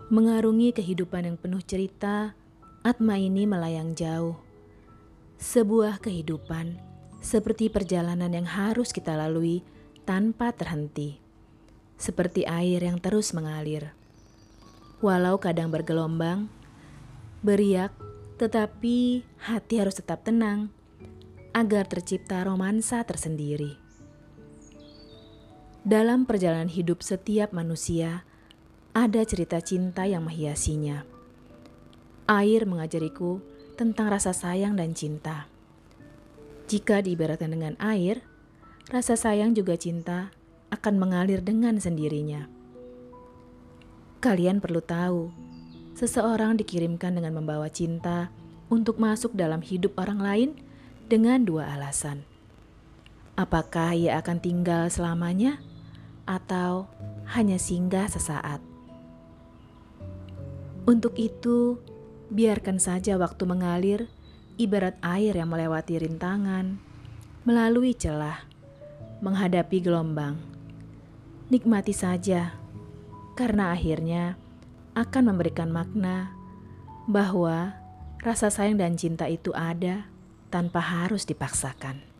Mengarungi kehidupan yang penuh cerita, Atma ini melayang jauh. Sebuah kehidupan seperti perjalanan yang harus kita lalui tanpa terhenti. Seperti air yang terus mengalir. Walau kadang bergelombang, beriak, tetapi hati harus tetap tenang agar tercipta romansa tersendiri. Dalam perjalanan hidup setiap manusia, ada cerita cinta yang menghiasinya. Air mengajariku tentang rasa sayang dan cinta. Jika diibaratkan dengan air, rasa sayang juga cinta akan mengalir dengan sendirinya. Kalian perlu tahu, seseorang dikirimkan dengan membawa cinta untuk masuk dalam hidup orang lain dengan dua alasan. Apakah ia akan tinggal selamanya atau hanya singgah sesaat? Untuk itu, biarkan saja waktu mengalir ibarat air yang melewati rintangan, melalui celah, menghadapi gelombang. Nikmati saja, karena akhirnya akan memberikan makna bahwa rasa sayang dan cinta itu ada tanpa harus dipaksakan.